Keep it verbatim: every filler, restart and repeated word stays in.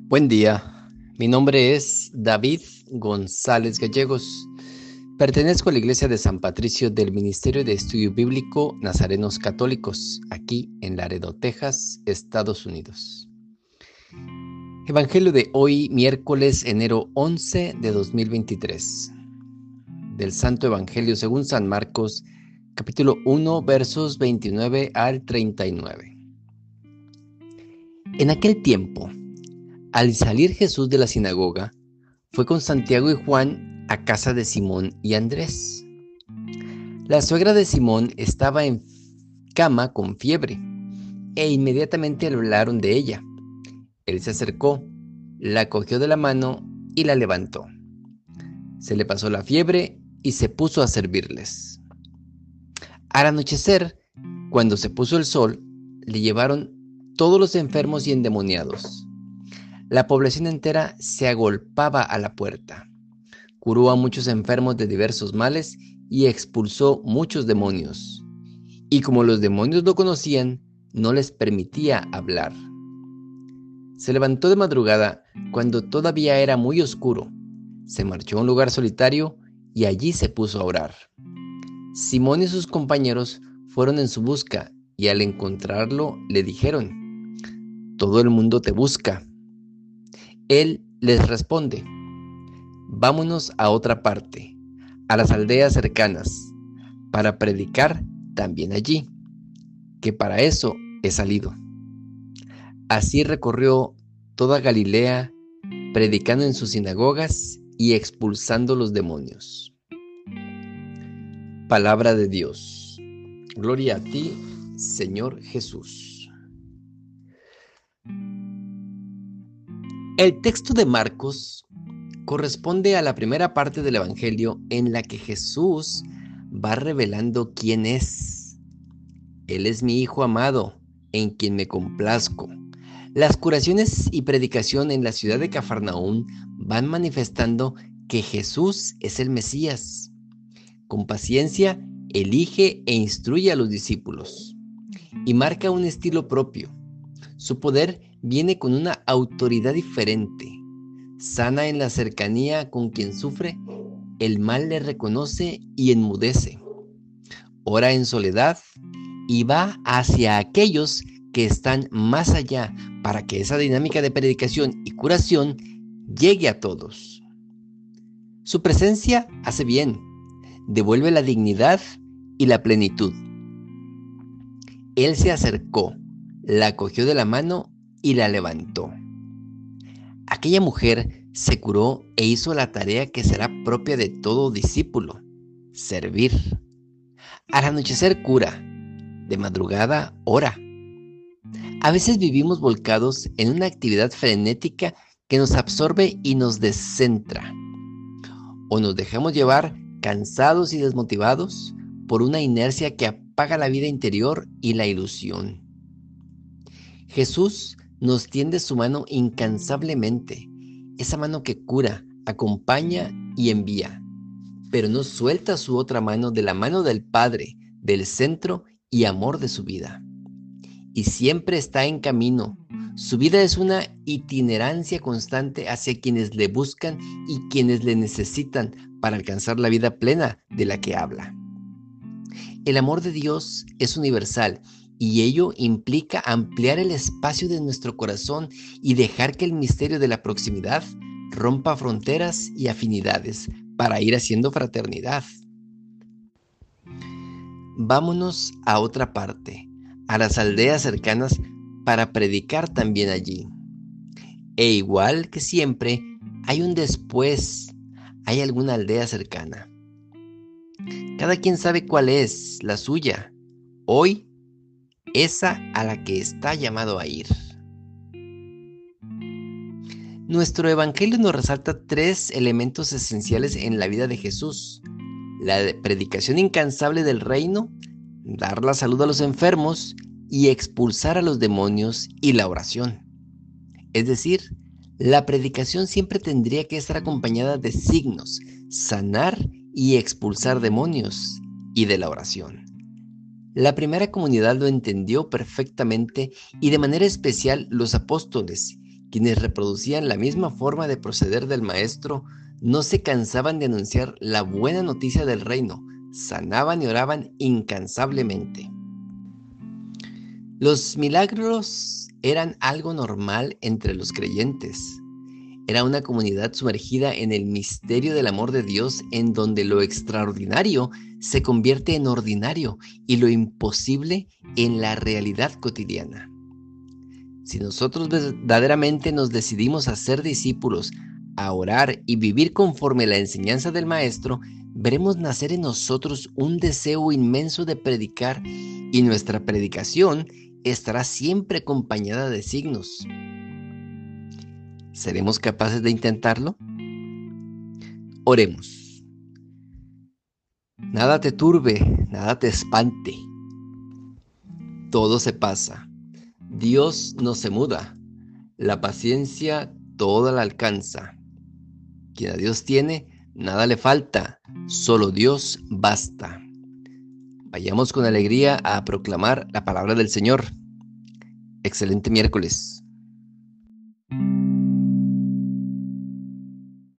Buen día, mi nombre es David González Gallegos. Pertenezco a la Iglesia de San Patricio del Ministerio de Estudio Bíblico Nazarenos Católicos, aquí en Laredo, Texas, Estados Unidos. Evangelio de hoy, miércoles, enero once de dos mil veintitrés. Del Santo Evangelio según San Marcos, capítulo uno, versos veintinueve al treinta y nueve. En aquel tiempo, al salir Jesús de la sinagoga, fue con Santiago y Juan a casa de Simón y Andrés. La suegra de Simón estaba en cama con fiebre, e inmediatamente hablaron de ella. Él se acercó, la cogió de la mano y la levantó. Se le pasó la fiebre y se puso a servirles. Al anochecer, cuando se puso el sol, le llevaron todos los enfermos y endemoniados. La población entera se agolpaba a la puerta. Curó a muchos enfermos de diversos males y expulsó muchos demonios. Y como los demonios lo conocían, no les permitía hablar. Se levantó de madrugada cuando todavía era muy oscuro. Se marchó a un lugar solitario y allí se puso a orar. Simón y sus compañeros fueron en su busca y al encontrarlo le dijeron: «Todo el mundo te busca». Él les responde: «Vámonos a otra parte, a las aldeas cercanas, para predicar también allí, que para eso he salido». Así recorrió toda Galilea, predicando en sus sinagogas y expulsando los demonios. Palabra de Dios. Gloria a ti, Señor Jesús. El texto de Marcos corresponde a la primera parte del Evangelio en la que Jesús va revelando quién es. Él es mi Hijo amado, en quien me complazco. Las curaciones y predicación en la ciudad de Cafarnaúm van manifestando que Jesús es el Mesías. Con paciencia, elige e instruye a los discípulos y marca un estilo propio. Su poder viene con una autoridad diferente. Sana en la cercanía con quien sufre, el mal le reconoce y enmudece. Ora en soledad y va hacia aquellos que están más allá para que esa dinámica de predicación y curación llegue a todos. Su presencia hace bien, devuelve la dignidad y la plenitud. Él se acercó, la cogió de la mano y la levantó. Aquella mujer se curó e hizo la tarea que será propia de todo discípulo: servir. Al anochecer cura, de madrugada ora. A veces vivimos volcados en una actividad frenética que nos absorbe y nos descentra. O nos dejamos llevar cansados y desmotivados por una inercia que apaga la vida interior y la ilusión. Jesús nos tiende su mano incansablemente, esa mano que cura, acompaña y envía, pero no suelta su otra mano de la mano del Padre, del centro y amor de su vida. Y siempre está en camino. Su vida es una itinerancia constante hacia quienes le buscan y quienes le necesitan para alcanzar la vida plena de la que habla. El amor de Dios es universal y ello implica ampliar el espacio de nuestro corazón y dejar que el misterio de la proximidad rompa fronteras y afinidades para ir haciendo fraternidad. Vámonos a otra parte, a las aldeas cercanas, para predicar también allí. E igual que siempre, hay un después, hay alguna aldea cercana. Cada quien sabe cuál es la suya. Hoy, esa a la que está llamado a ir. Nuestro Evangelio nos resalta tres elementos esenciales en la vida de Jesús: la predicación incansable del reino, dar la salud a los enfermos y expulsar a los demonios, y la oración. Es decir, la predicación siempre tendría que estar acompañada de signos, sanar y expulsar demonios, y de la oración. La primera comunidad lo entendió perfectamente y de manera especial los apóstoles, Quienes reproducían la misma forma de proceder del Maestro no se cansaban de anunciar la buena noticia del reino, sanaban y oraban incansablemente. Los milagros eran algo normal entre los creyentes. Era una comunidad sumergida en el misterio del amor de Dios, en donde lo extraordinario se convierte en ordinario y lo imposible en la realidad cotidiana. Si nosotros verdaderamente nos decidimos a ser discípulos, a orar y vivir conforme a la enseñanza del Maestro, veremos nacer en nosotros un deseo inmenso de predicar, y nuestra predicación estará siempre acompañada de signos. ¿Seremos capaces de intentarlo? Oremos. Nada te turbe, nada te espante. Todo se pasa. Dios no se muda. La paciencia toda la alcanza. Quien a Dios tiene, nada le falta. Solo Dios basta. Vayamos con alegría a proclamar la palabra del Señor. Excelente miércoles.